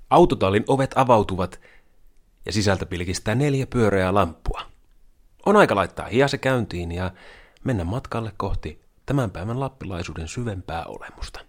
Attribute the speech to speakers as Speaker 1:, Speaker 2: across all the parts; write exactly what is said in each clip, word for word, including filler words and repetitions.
Speaker 1: Autotallin ovet avautuvat ja sisältä pilkistää neljä pyöreää lamppua. On aika laittaa hiase käyntiin ja mennä matkalle kohti tämän päivän lappilaisuuden syvempää olemusta.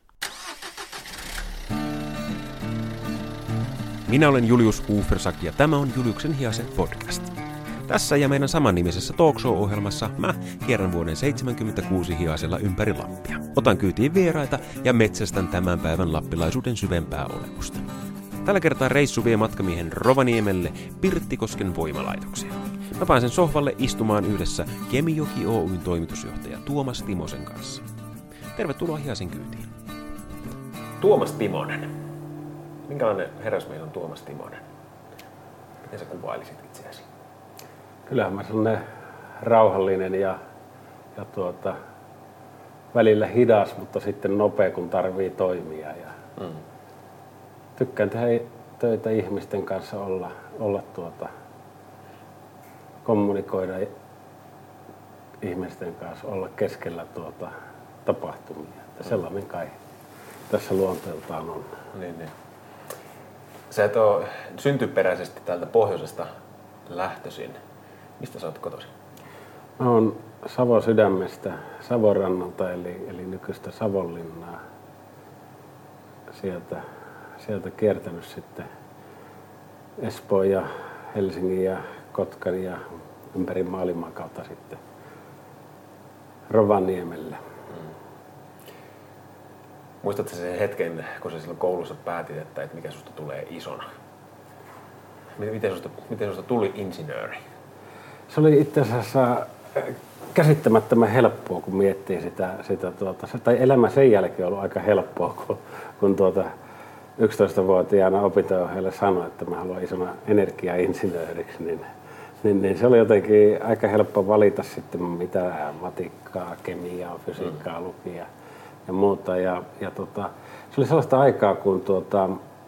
Speaker 1: Minä olen Julius Ufersak ja tämä on Juliuksen hiase podcast. Tässä ja meidän samannimisessä talkshow-ohjelmassa mä kierrän vuoden seitsemänkymmentäkuusi hiasella ympäri Lappia. Otan kyytiin vieraita ja metsästän tämän päivän lappilaisuuden syvempää olemusta. Tällä kertaa reissu vie matkamiehen Rovaniemelle Pirttikosken voimalaitokseen. Mä pääsen sohvalle istumaan yhdessä Kemijoki Oyn toimitusjohtaja Tuomas Timosen kanssa. Tervetuloa hiasen kyytiin. Tuomas Timonen. Minkälainen herrasmies on Tuomas Timonen? Miten sä kuvailisit itseäsi?
Speaker 2: Kyllähän mä sellainen rauhallinen ja, ja tuota, välillä hidas, mutta sitten nopea, kun tarvii toimia. Ja mm. Tykkään tehdä töitä ihmisten kanssa, olla, olla tuota, kommunikoida ihmisten kanssa, olla keskellä tuota, tapahtumia. Että sellainen kai tässä luonteeltaan on.
Speaker 1: Niin, niin. Sä et ole syntyperäisesti täältä pohjoisesta lähtöisin. Mistä sä oot kotoisin?
Speaker 2: Mä oon Savon sydämestä, Savonrannalta eli, eli nykyistä Savonlinnaa. Sieltä, sieltä kiertänyt sitten Espoon ja Helsingin ja Kotkan ja ympäri maailmaa kautta sitten Rovaniemelle. Hmm.
Speaker 1: Muistatko sen hetken, kun sä silloin koulussa päätit, että mikä susta tulee isona? Miten susta, miten susta tuli insinööri?
Speaker 2: Se oli itse asiassa käsittämättömän helppoa, kun miettii sitä, sitä tuota, tai elämä sen jälkeen on ollut aika helppoa, kun, kun tuota yksitoistavuotiaana opinto-ohjaajalle sanoi, että mä haluan isona energiainsinööriksi, niin, niin, niin se oli jotenkin aika helppo valita sitten, mitä matikkaa, kemiaa, fysiikkaa mm. luki ja, ja muuta. Ja, ja tota, se oli sellaista aikaa, kun tuota,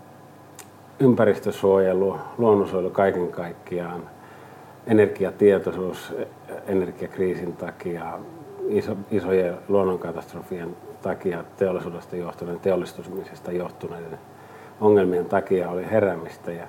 Speaker 2: ympäristösuojelu, luonnonsuojelu kaiken kaikkiaan, energiatietoisuus energiakriisin takia, iso, isojen luonnonkatastrofien takia, teollisuudesta johtuneen, teollistumisesta johtuneiden ongelmien takia oli heräämistä. Ja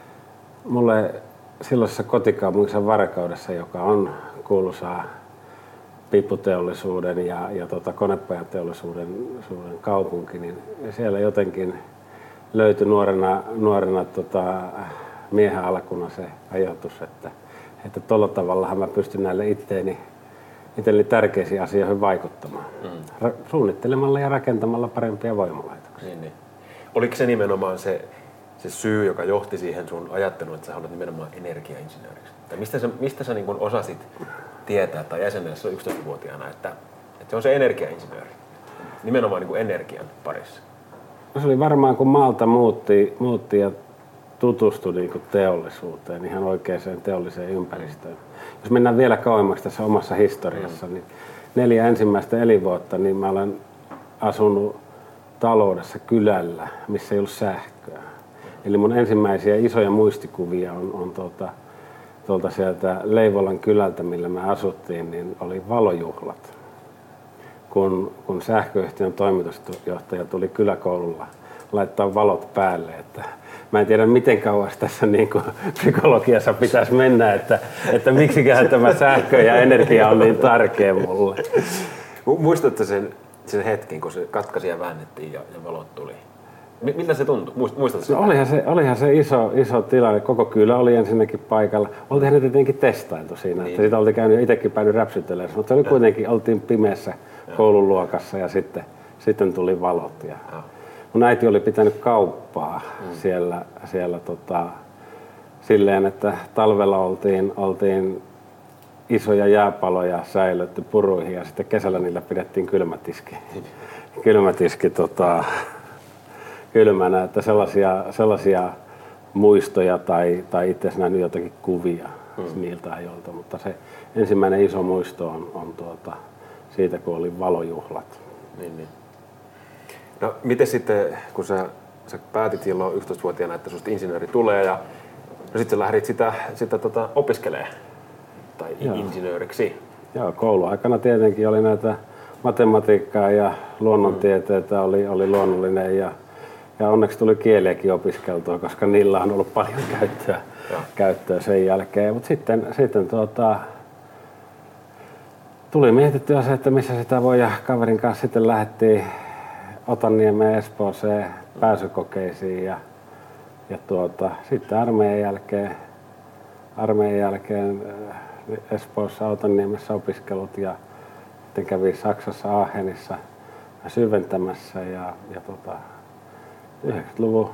Speaker 2: mulle silloisessa kotikaupungissa Varkaudessa, joka on kuuluisaa piipputeollisuuden ja, ja tota, konepajateollisuuden kaupunki, niin siellä jotenkin löytyi nuorena, nuorena tota, miehen alkuna se ajatus, että että tuolla tavallahan mä pystyn näille itteeni, itselleni tärkeisiin asioihin vaikuttamaan. Mm. Ra- suunnittelemalla ja rakentamalla parempia voimalaitoksia.
Speaker 1: Niin, niin. Oliko se nimenomaan se, se syy, joka johti siihen sun ajatteluun, että sä haluat nimenomaan energiainsinööriksi? Tai mistä sä, mistä sä niin kun osasit tietää tai jäsenellä silloin yksitoistavuotiaana, että, että se on se energiainsinööri? Nimenomaan niin kuin energian parissa.
Speaker 2: No se oli varmaan, kun maalta muutti, muutti ja tutustui niin teollisuuteen, ihan oikeaan teolliseen ympäristöön. Jos mennään vielä kauemmaksi tässä omassa historiassa, mm. niin neljä ensimmäistä elinvuotta niin mä olen asunut taloudessa kylällä, missä ei ollut sähköä. Eli mun ensimmäisiä isoja muistikuvia on, on tuolta, tuolta sieltä Leivolan kylältä, millä me asuttiin, niin oli valojuhlat. Kun, kun sähköyhtiön toimitusjohtaja tuli kyläkoululla laittaa valot päälle, että mä en tiedä, miten kauas tässä niin kuin psykologiassa pitäisi mennä, että, että miksiköhän tämä sähkö ja energia on niin tärkeä mulle.
Speaker 1: Muistatko sen, sen hetken, kun se katkaisi ja väännettiin ja, ja valot tuli? Miltä se tuntui? Muistatko sen?
Speaker 2: No, olihan se, olihan se iso, iso tilanne. Koko kylä oli ensinnäkin paikalla. Oltiin ne tietenkin testailtu siinä. Niin. Että siitä oltiin käynyt itsekin päin räpsyttelemään, mutta oli kuitenkin, oltiin pimeässä koululuokassa ja sitten, sitten tuli valot. Ja mun äiti oli pitänyt kauppaa mm. siellä, siellä tota, silleen, että talvella oltiin, oltiin isoja jääpaloja säilötty puruihin ja sitten kesällä niillä pidettiin kylmätiski, kylmätiski tota, kylmänä. Että sellaisia, sellaisia muistoja tai, tai itse asiassa nähnyt jotakin kuvia mm. niiltä ajoilta, mutta se ensimmäinen iso muisto on, on tuota, siitä, kun oli valojuhlat.
Speaker 1: Niin, niin. No miten sitten, kun sä, sä päätit silloin yksitoistavuotiaana, että susta insinööri tulee ja no sitten sä lähdit sitä, sitä tota, opiskelemaan tai Joo. insinööriksi?
Speaker 2: Joo, kouluaikana tietenkin oli näitä matematiikkaa ja luonnontieteitä, oli, oli luonnollinen ja, ja onneksi tuli kieliäkin opiskeltua, koska niillä on ollut paljon käyttöä, käyttöä sen jälkeen. Mutta sitten, sitten tuota, tuli mietittyä se, että missä sitä voi, ja kaverin kanssa sitten lähdettiin Otaniemeen Espooseen pääsykokeisiin ja, ja tuota, sitten armeijan jälkeen, armeijan jälkeen Espoossa Otaniemessä opiskelut ja sitten kävin Saksassa Aachenissa syventämässä ja, ja tota, yhdeksänkymmentäluvun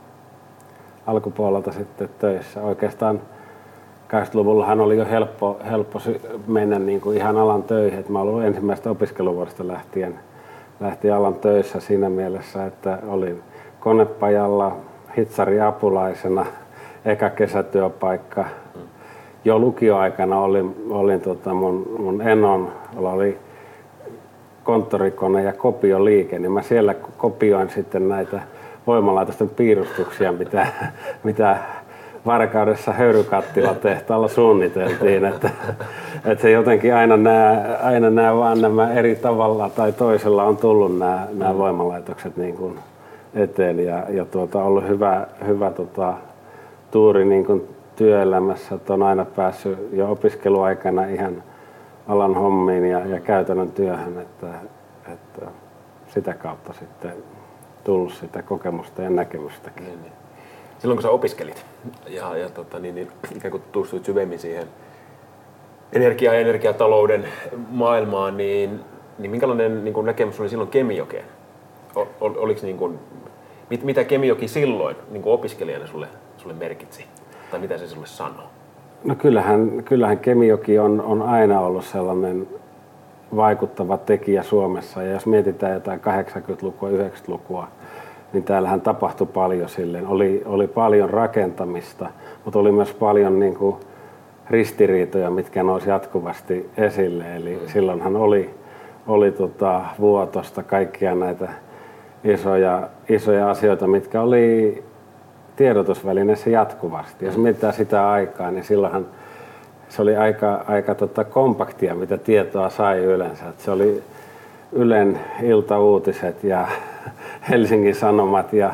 Speaker 2: alkupuolelta sitten töissä. Oikeastaan kahdeksankymmentäluvullahan oli jo helppo, helppo mennä niin kuin ihan alan töihin. Et mä olen ollut ensimmäisestä opiskeluvuodesta lähtien, lähtien alan töissä siinä mielessä, että olin konepajalla hitsari-apulaisena, eka kesätyöpaikka. Jo lukioaikana olin, olin tota mun, mun enon, oli konttorikone ja kopioliike, niin mä siellä kopioin sitten näitä voimalaitosten piirustuksia, mitä, mitä Varkaudessa höyrykattilatehtaalla suunniteltiin, että, että se jotenkin aina nämä, aina nämä vaan nämä eri tavalla tai toisella on tullut nämä, nämä voimalaitokset niin kuin eteen ja, ja tuota, ollut hyvä, hyvä tota, tuuri niin kuin työelämässä, että on aina päässyt jo opiskeluaikana ihan alan hommiin ja, ja käytännön työhön, että, että sitä kautta sitten tullut sitä kokemusta ja näkemystäkin.
Speaker 1: Niin, niin. Silloin kun sä opiskelit ja, ja tota, niin, niin, ikään kuin tutustuit syvemmin siihen energia- ja energiatalouden maailmaan, niin, niin minkälainen niin kuin näkemys oli silloin Kemijokeen? Ol, ol, oliks, niin kuin, mit, mitä Kemijoki silloin niin kuin opiskelijana sulle, sulle merkitsi? Tai mitä se sulle sanoo?
Speaker 2: No kyllähän, kyllähän Kemijoki on, on aina ollut sellainen vaikuttava tekijä Suomessa. Ja jos mietitään jotain kahdeksankymmentälukua, yhdeksänkymmentälukua, niin täällähän tapahtui paljon silleen. Oli, oli paljon rakentamista, mutta oli myös paljon niin kuin ristiriitoja, mitkä nousi jatkuvasti esille. Eli mm. silloinhan oli, oli tota vuotosta kaikkia näitä isoja, isoja asioita, mitkä oli tiedotusvälineessä jatkuvasti. Jos mietitään sitä aikaa, niin silloinhan se oli aika, aika tota kompaktia, mitä tietoa sai yleensä. Et se oli Ylen iltauutiset ja Helsingin Sanomat ja,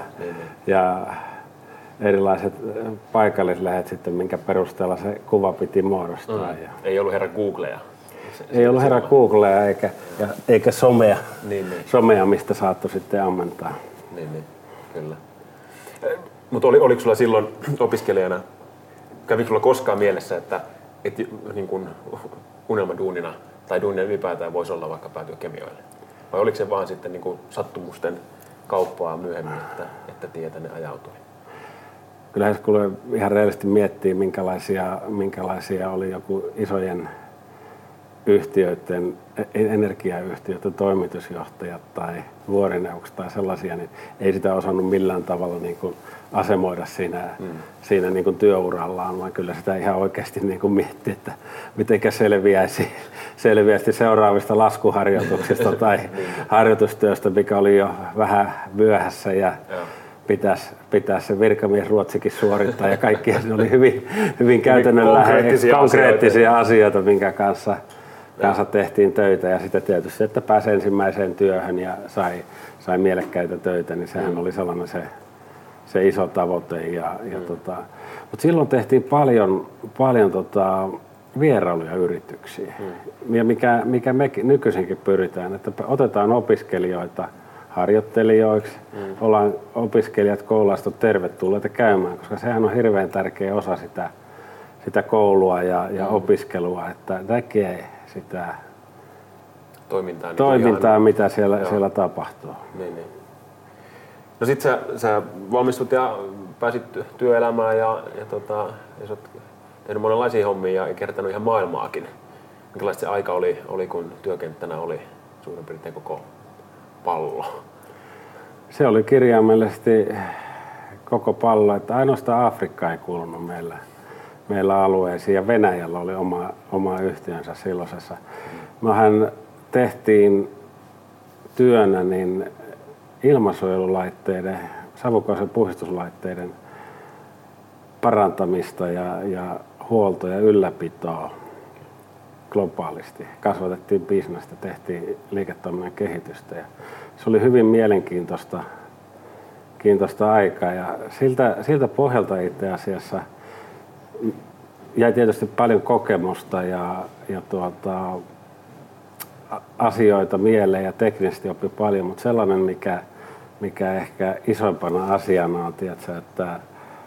Speaker 2: ja erilaiset paikallislehdet sitten, minkä perusteella se kuva piti muodostaa. Mm. Ja
Speaker 1: ei ollut herra Googlea.
Speaker 2: Se, ei se ollut herra Googlea eikä, ja, eikä somea,
Speaker 1: niin, niin.
Speaker 2: somea, mistä saattoi sitten ammentaa.
Speaker 1: Niin, niin. Kyllä. Mutta oli, oliko sulla silloin opiskelijana, kävikö sulla koskaan mielessä, että, että niin kun unelmaduunina tai duunina ylipäätään voisi olla vaikka päätyä Kemijoelle? Vai oliko se vaan sitten niin kuin sattumusten kauppaa myöhemmin, että, että tie tänne ajautui?
Speaker 2: Kyllä jos kuule ihan reellisesti miettii, minkälaisia, minkälaisia oli joku isojen yhtiöiden, energiayhtiöiden toimitusjohtajat tai vuorineuvokset tai sellaisia, niin ei sitä osannut millään tavalla niin kuin asemoida siinä, mm. siinä niin kuin työurallaan, vaan kyllä sitä ihan oikeasti niin kuin mietti, että mitenkä selviäisi, selviäisi seuraavista laskuharjoituksista tai harjoitustyöstä, mikä oli jo vähän myöhässä ja pitäisi, pitäisi se virkamies ruotsikin suorittaa ja kaikki ne oli hyvin, hyvin käytännönläheisiä konkreettisia asioita, minkä kanssa kanssa tehtiin töitä ja sitten tietysti, että pääsi ensimmäiseen työhön ja sai, sai mielekkäitä töitä, niin sehän mm. oli sellainen se, se iso tavoite. Ja, ja mm. tota, mutta silloin tehtiin paljon, paljon tota, vierailuja yrityksiä, mm. ja mikä, mikä me nykyisinkin pyritään, että otetaan opiskelijoita harjoittelijoiksi, mm. ollaan opiskelijat koululaista tervetulleita käymään, koska sehän on hirveän tärkeä osa sitä, sitä koulua ja, ja mm. opiskelua, että näkee sitä
Speaker 1: toimintaa, niin
Speaker 2: toimintaa ihan, mitä siellä, siellä tapahtuu.
Speaker 1: Niin, niin. No sit sä, sä valmistut ja pääsit työelämään ja, ja, tota, ja sä oot tehnyt monenlaisia hommia ja kertonut ihan maailmaakin. Minkälaista se aika oli, oli, kun työkenttänä oli suurin piirtein koko pallo?
Speaker 2: Se oli kirjaimellisesti koko pallo, että ainoastaan Afrikka ei kuulunut meillä. meillä alueisiin ja Venäjällä oli oma, oma yhtiönsä silloisessa. Mehän tehtiin työnä niin ilmansuojelulaitteiden, savukaasujen puhdistuslaitteiden parantamista ja, ja huolto ja ylläpitoa globaalisti. Kasvatettiin bisnestä, tehtiin liiketoiminnan kehitystä ja se oli hyvin mielenkiintoista, mielenkiintoista aikaa. Ja siltä, siltä pohjalta itse asiassa jäi tietysti paljon kokemusta ja, ja tuota, asioita mieleen ja teknisesti oppi paljon, mutta sellainen, mikä, mikä ehkä isompana asiana on, tiedätkö, että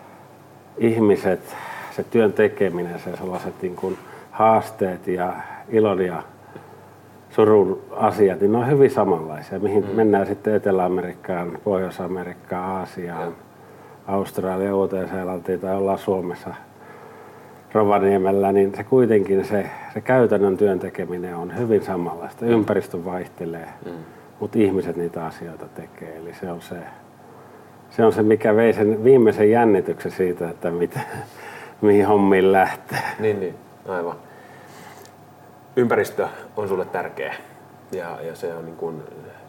Speaker 2: ihmiset, se työn tekeminen, se sellaiset niin kuin haasteet ja ilon ja surun asiat, niin ne on hyvin samanlaisia. Mihin mm. mennään sitten Etelä-Amerikkaan, Pohjois-Amerikkaan, Aasiaan, mm. Australia, Uuteen-Seelantiin tai ollaan Suomessa Rovaniemellä, niin se kuitenkin se, se käytännön työn tekeminen on hyvin samanlaista. Ympäristö vaihtelee, mm. mutta ihmiset niitä asioita tekee. Eli se on se, se on se, mikä vei sen viimeisen jännityksen siitä, että mitä, mihin hommiin lähtee.
Speaker 1: Niin, niin, aivan. Ympäristö on sulle tärkeä ja, ja se on niin kuin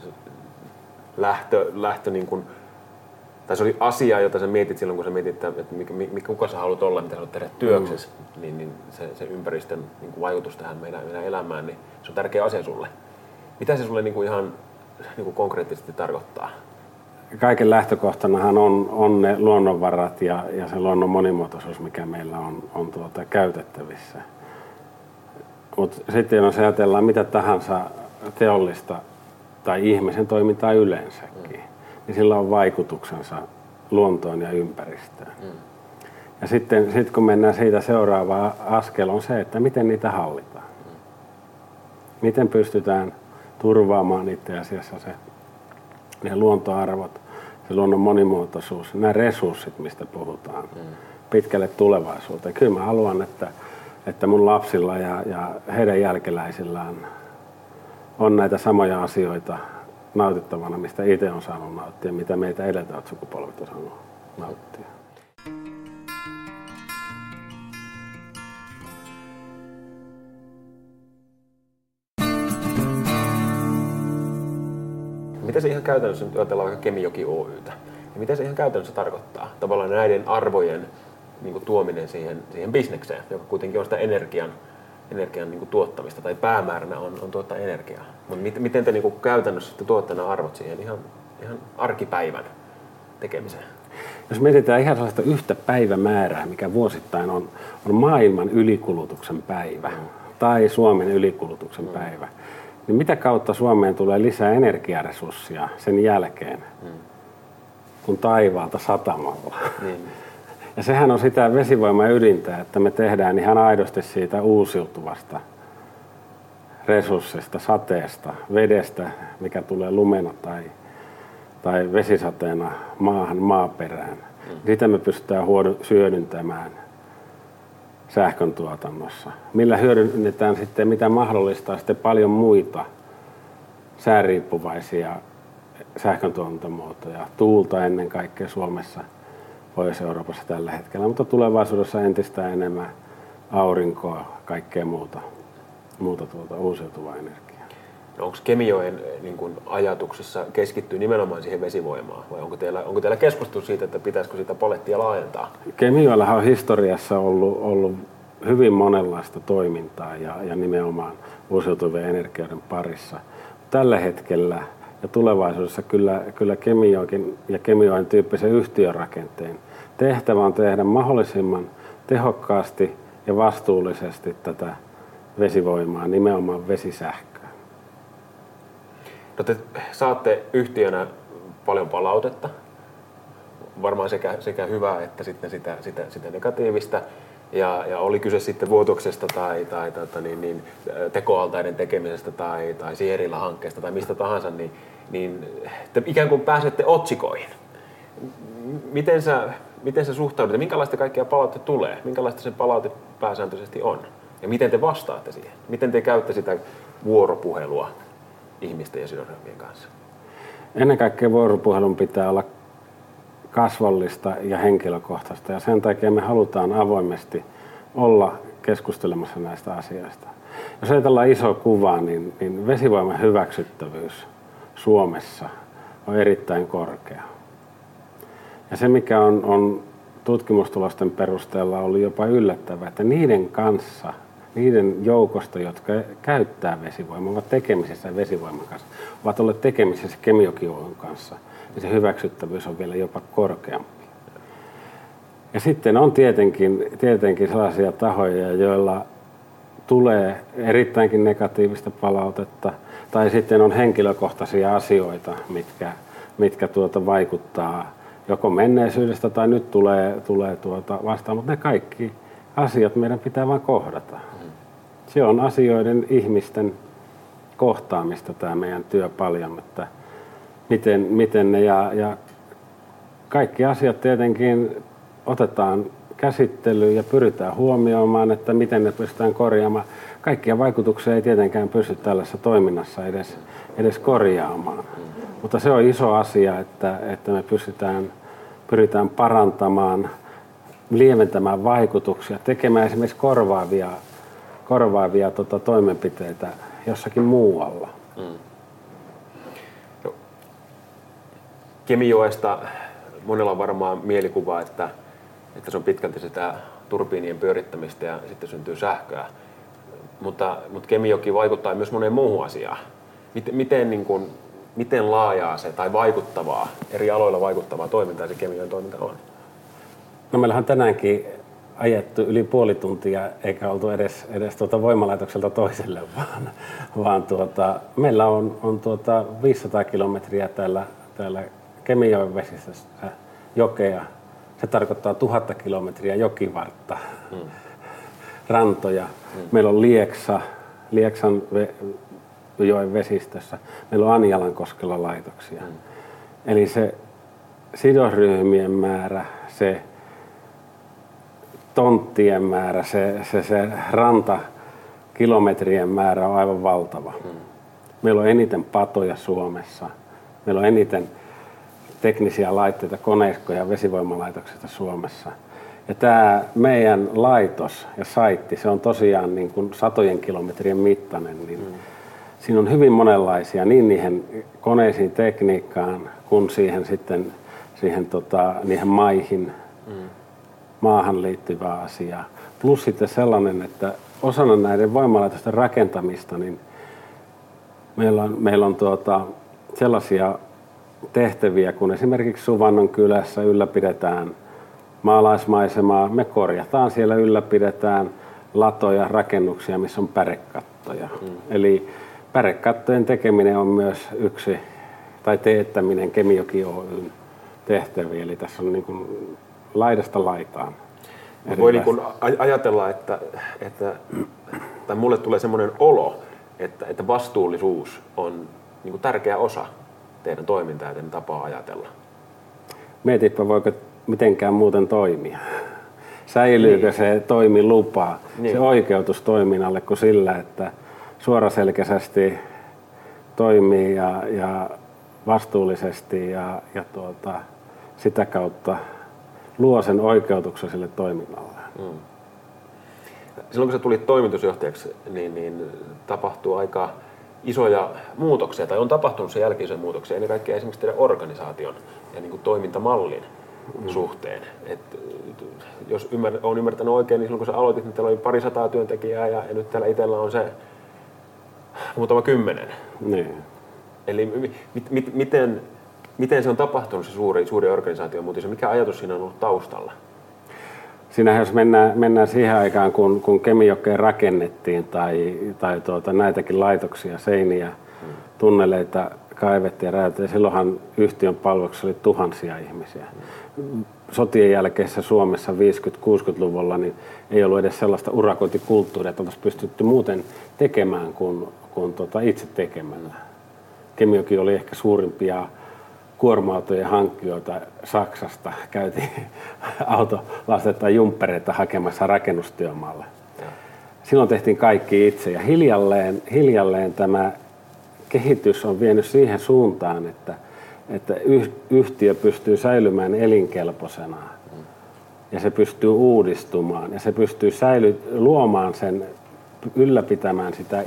Speaker 1: lähtö, lähtö niin kuin, tai se oli asia, jota sä mietit silloin, kun sä mietit, että mikä, mikä, kuka sä haluat olla, mitä sä haluat tehdä työksesi, mm. niin, niin se, se ympäristön niin kuin vaikutus tähän meidän, meidän elämään, niin se on tärkeä asia sulle. Mitä se sulle niin kuin ihan niin kuin konkreettisesti tarkoittaa?
Speaker 2: Kaiken lähtökohtanahan on, on ne luonnonvarat ja, ja se luonnon monimuotoisuus, mikä meillä on, on tuota, käytettävissä. Mutta sitten jos ajatellaan mitä tahansa teollista tai ihmisen toimintaa yleensäkin, mm. niin sillä on vaikutuksensa luontoon ja ympäristöön. Mm. Ja sitten sit kun mennään siitä, seuraava askel on se, että miten niitä hallitaan. Mm. Miten pystytään turvaamaan itse asiassa se, ne luontoarvot, se luonnon monimuotoisuus, nämä resurssit, mistä puhutaan, mm. pitkälle tulevaisuuteen. Kyllä mä haluan, että että mun lapsilla ja, ja heidän jälkeläisillään on näitä samoja asioita nautittavana, mistä itse on saanut nauttia, mitä meitä edeltävät sukupolvet on saanut nauttia.
Speaker 1: Mitä se ihan käytännössä, nyt ajatellaan vaikka Kemijoki Oy:tä, ja mitä se ihan käytännössä tarkoittaa? Tavallaan näiden arvojen niin kuin tuominen siihen, siihen bisnekseen, joka kuitenkin on sitä energian, energian niin kuin tuottamista, tai päämääränä on, on tuottaa energiaa. Mutta mit, miten te niin kuin käytännössä tuotte nämä arvot siihen ihan, ihan arkipäivän tekemiseen?
Speaker 2: Jos mietitään ihan sellaista yhtä päivämäärää, mikä vuosittain on, on maailman ylikulutuksen päivä, mm. tai Suomen ylikulutuksen mm. päivä, niin mitä kautta Suomeen tulee lisää energiaresurssia sen jälkeen, mm. kun taivaalta satamalla? Niin. Ja sehän on sitä vesivoiman ydintä, että me tehdään ihan aidosti siitä uusiutuvasta resurssista, sateesta, vedestä, mikä tulee lumena tai, tai vesisateena maahan, maaperään. Mm. Sitä me pystytään hyödyntämään sähkön tuotannossa. Millä hyödynnetään sitten, mitä mahdollistaa sitten paljon muita sääriippuvaisia sähköntuotantomuotoja, tuulta ennen kaikkea Suomessa, Pohjois-Euroopassa tällä hetkellä, mutta tulevaisuudessa entistä enemmän aurinkoa, kaikkea muuta, muuta tuota, uusiutuvaa energiaa.
Speaker 1: No onko Kemijoen niin kun ajatuksessa keskittyy nimenomaan siihen vesivoimaan, vai onko teillä, onko teillä keskusteltu siitä, että pitäisikö sitä palettia laajentaa?
Speaker 2: Kemijoellahan on historiassa ollut, ollut hyvin monenlaista toimintaa ja, ja nimenomaan uusiutuvien energioiden parissa. Tällä hetkellä ja tulevaisuudessa kyllä, kyllä Kemijoen ja Kemijoen tyyppisen yhtiörakenteen tehtävä on tehdä mahdollisimman tehokkaasti ja vastuullisesti tätä vesivoimaa, nimenomaan vesisähköä.
Speaker 1: No te saatte yhtiönä paljon palautetta, varmaan sekä, sekä hyvää että sitten sitä, sitä, sitä negatiivista. Ja, ja oli kyse sitten vuotoksesta tai, tai, tai niin, niin, tekoaltaiden tekemisestä tai, tai Sierillä-hankkeesta tai mistä tahansa, niin, niin te ikään kuin pääsette otsikoihin. Miten sä, miten sä suhtaudut ja minkälaista kaikkea palautetta tulee? Minkälaista se palaute pääsääntöisesti on? Ja miten te vastaatte siihen? Miten te käytte sitä vuoropuhelua ihmisten ja sidosryhmien kanssa?
Speaker 2: Ennen kaikkea vuoropuhelun pitää olla kasvallista ja henkilökohtaista ja sen takia me halutaan avoimesti olla keskustelemassa näistä asioista. Jos ajatellaan isoa kuvaa, niin, niin vesivoiman hyväksyttävyys Suomessa on erittäin korkea. Ja se mikä on, on tutkimustulosten perusteella ollut jopa yllättävää, että niiden kanssa, niiden joukosta, jotka käyttää vesivoimaa, ovat tekemisissä vesivoiman kanssa, ovat olleet tekemisissä Kemijoki Oyn kanssa, niin se hyväksyttävyys on vielä jopa korkeampi. Ja sitten on tietenkin, tietenkin sellaisia tahoja, joilla tulee erittäinkin negatiivista palautetta, tai sitten on henkilökohtaisia asioita, mitkä, mitkä tuota vaikuttaa joko menneisyydestä tai nyt tulee, tulee tuota vastaan, mutta ne kaikki asiat meidän pitää vain kohdata. Se on asioiden, ihmisten kohtaamista tämä meidän työ paljon, että miten, miten ne ja, ja kaikki asiat tietenkin otetaan käsittelyyn ja pyritään huomioimaan, että miten ne pystytään korjaamaan. Kaikkia vaikutuksia ei tietenkään pysty tällaisessa toiminnassa edes, edes korjaamaan, mutta se on iso asia, että, että me pystytään, pyritään parantamaan, lieventämään vaikutuksia, tekemään esimerkiksi korvaavia, korvaavia tota, toimenpiteitä jossakin muualla. Mm.
Speaker 1: No. Kemijoesta monella on varmaan mielikuva, että, että se on pitkälti sitä turbiinien pyörittämistä ja sitten syntyy sähköä. Mutta, mutta Kemijoki vaikuttaa myös moneen muuhun asiaan. Miten, miten, niin kuin, miten laajaa se tai vaikuttavaa, eri aloilla vaikuttavaa toimintaa se Kemijoen toiminta on?
Speaker 2: No meillähän on tänäänkin ajettu yli puoli tuntia, eikä oltu edes, edes tuota voimalaitokselta toiselle, vaan, vaan tuota, meillä on, on tuota viisisataa kilometriä täällä, täällä Kemijoen vesistössä jokea. Se tarkoittaa tuhatta kilometriä jokivartta, mm. rantoja. Mm. Meillä on Lieksa, Lieksan ve, joen vesistössä. Meillä on Anjalankoskella laitoksia. Mm. Eli se sidosryhmien määrä, se tonttien määrä, se, se, se rantakilometrien määrä on aivan valtava. Mm. Meillä on eniten patoja Suomessa. Meillä on eniten teknisiä laitteita, koneiskoja vesivoimalaitoksista Suomessa. Ja tämä meidän laitos ja saitti, se on tosiaan niin kuin satojen kilometrien mittainen. Niin mm. Siinä on hyvin monenlaisia, niin niihin koneisiin, tekniikkaan, kuin siihen sitten siihen, tota, niihin maihin, mm. maahan liittyvää asiaa. Plus sitten sellainen, että osana näiden voimalaitosten rakentamista, niin meillä on, meillä on tuota, sellaisia tehtäviä, kun esimerkiksi Suvannon kylässä ylläpidetään maalaismaisemaa, me korjataan siellä, ylläpidetään latoja, rakennuksia, missä on pärekattoja. Mm. Eli pärekattojen tekeminen on myös yksi, tai teettäminen Kemijoki Oyn tehtäviä, eli tässä on niin kuin laidasta laitaan.
Speaker 1: Voi niin kuin ajatella, että, että tai mulle tulee semmoinen olo, että, että vastuullisuus on niin kuin tärkeä osa teidän toimintaa ja teidän tapaa ajatella.
Speaker 2: Mietipä, voiko mitenkään muuten toimia. Säilyykö niin. se toimilupa, niin. se oikeutus toiminnalle kuin sillä, että suoraselkäisesti toimii ja, ja vastuullisesti ja, ja tuota, sitä kautta luo sen oikeutuksen sille toiminnalle. Mm.
Speaker 1: Silloin kun sä tulit toimitusjohtajaksi, niin, niin tapahtuu aika isoja muutoksia, tai on tapahtunut sen jälkeisiä muutoksia, ennen kaikkea esimerkiksi teidän organisaation ja niin kuin toimintamallin mm. suhteen. Et, jos ymmär, olen ymmärtänyt oikein, niin silloin kun sä aloitit, niin teillä oli parisataa työntekijää ja, ja nyt täällä itsellä on se muutama kymmenen.
Speaker 2: Niin.
Speaker 1: Eli mit, mit, miten, miten se on tapahtunut se suuri, suuri organisaation muutos ja mikä ajatus siinä on ollut taustalla?
Speaker 2: Siinähän jos mennään, mennään siihen aikaan, kun, kun Kemijokeen rakennettiin tai, tai tuota, näitäkin laitoksia, seiniä, hmm. tunneleita kaivettiin ja räätettiin, silloinhan yhtiön palveluksessa oli tuhansia ihmisiä. Hmm. Sotien jälkeisessä Suomessa viisikymmentä-kuusikymmentäluvulla niin ei ollut edes sellaista urakointikulttuuria, että oltaisiin pystytty muuten tekemään kuin, kuin tuota itse tekemällä. Kemijoki oli ehkä suurimpia kuorma-autojen hankkijoita Saksasta. Käytiin autolastetta jumppereita hakemassa rakennustyömaalle. Silloin tehtiin kaikki itse ja hiljalleen, hiljalleen tämä kehitys on vienyt siihen suuntaan, että, että yhtiö pystyy säilymään elinkelpoisena ja se pystyy uudistumaan ja se pystyy säily, luomaan sen, ylläpitämään sitä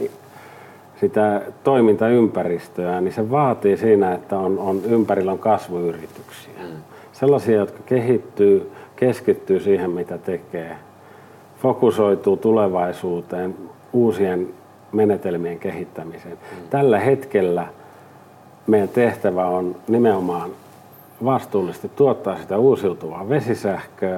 Speaker 2: sitä toimintaympäristöä, niin se vaatii siinä, että on, on ympärillä on kasvuyrityksiä. Mm. Sellaisia, jotka kehittyy, keskittyy siihen, mitä tekee, fokusoituu tulevaisuuteen, uusien menetelmien kehittämiseen. Mm. Tällä hetkellä meidän tehtävä on nimenomaan vastuullisesti tuottaa sitä uusiutuvaa vesisähköä.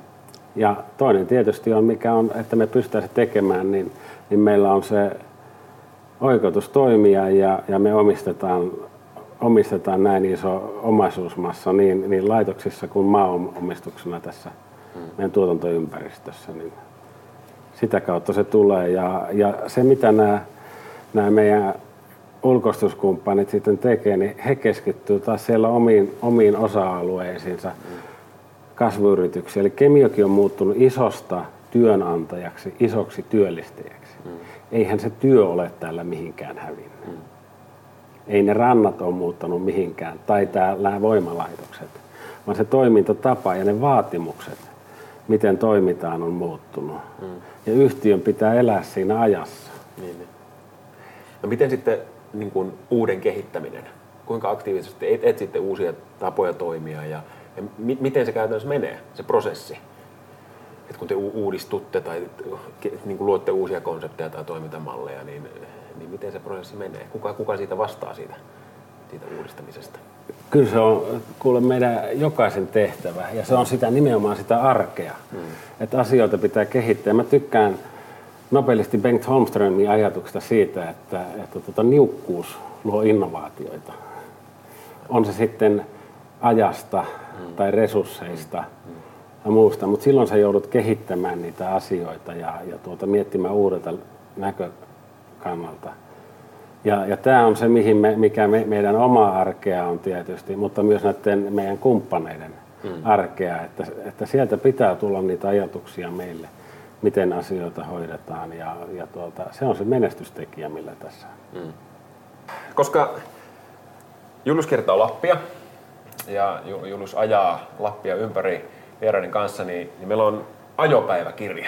Speaker 2: Ja toinen tietysti on, mikä on, että me pystytään se tekemään, niin, niin meillä on se oikeutus toimia ja, ja me omistetaan, omistetaan näin iso omaisuusmassa niin, niin laitoksissa kuin maaomistuksena tässä hmm. meidän tuotantoympäristössä. Niin sitä kautta se tulee. Ja, ja se, mitä nämä, nämä meidän ulkoistuskumppanit sitten tekee, niin he keskittyvät taas siellä omiin, omiin osa-alueisiinsa. Hmm. Kasvuyrityksiä. Eli Kemijoki on muuttunut isosta työnantajaksi isoksi työllistäjäksi. Mm. Eihän se työ ole täällä mihinkään hävinnyt. Mm. Ei ne rannat ole muuttanut mihinkään tai täällä voimalaitokset, vaan se toimintatapa ja ne vaatimukset, miten toimitaan, on muuttunut. Mm. Ja yhtiön pitää elää siinä ajassa.
Speaker 1: Niin, niin. No miten sitten niin kuin uuden kehittäminen? Kuinka aktiivisesti etsitte uusia tapoja toimia ja Ja m- miten se käytännössä menee, se prosessi? Et kun te u- uudistutte tai niin kun luotte uusia konsepteja tai toimintamalleja, niin, niin miten se prosessi menee? Kuka, kuka siitä vastaa siitä, siitä uudistamisesta?
Speaker 2: Kyllä se on kuule meidän jokaisen tehtävä ja se on sitä nimenomaan sitä arkea, hmm. että asioita pitää kehittää. Mä tykkään nobelisti Bengt Holmströmin ajatuksesta siitä, että, että tota, niukkuus luo innovaatioita. On se sitten ajasta mm. tai resursseista mm. ja muusta, mutta silloin sä joudut kehittämään niitä asioita ja, ja tuota, miettimään uudelta näkökannalta. Ja, ja tämä on se, mihin me, mikä me, meidän oma arkea on tietysti, mutta myös näiden meidän kumppaneiden mm. arkea, että, että sieltä pitää tulla niitä ajatuksia meille, miten asioita hoidetaan ja, ja tuota, se on se menestystekijä, millä tässä. Mm.
Speaker 1: Koska Julius kiertää Lappia ja Julius ajaa Lappia ympäri vieraiden kanssa, niin, niin meillä on ajopäiväkirja.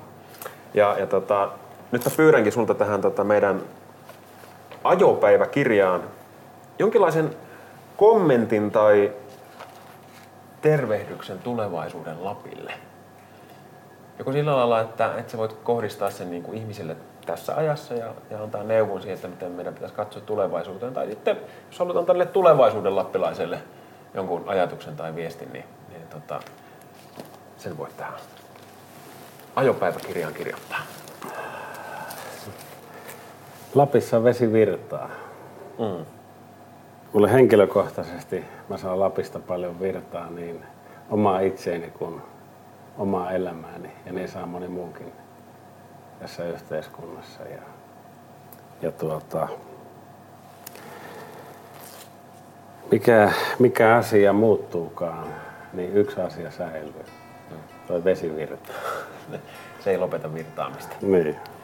Speaker 1: Ja, ja tota, nyt mä pyydänkin sulta tähän tota meidän ajopäiväkirjaan jonkinlaisen kommentin tai tervehdyksen tulevaisuuden Lapille. Joko sillä lailla, että, että sä voit kohdistaa sen niin kuin ihmisille tässä ajassa ja, ja antaa neuvon siihen, että miten meidän pitäisi katsoa tulevaisuuteen. Tai sitten, jos haluat antaa tälle tulevaisuuden lappilaiselle jonkun ajatuksen tai viestin, niin, niin tota, sen voit tähän ajopäiväkirjaan kirjoittaa.
Speaker 2: Lapissa vesi virtaa. Mm. Mulle henkilökohtaisesti, mä saan Lapista paljon virtaa, niin omaa itseeni kuin omaa elämääni, ja niin saa moni muukin tässä yhteiskunnassa. Ja, ja tuota, mikä, mikä asia muuttuukaan, niin yksi asia säilyy. Toi vesivirta.
Speaker 1: Se ei lopeta virtaamista.
Speaker 2: Niin.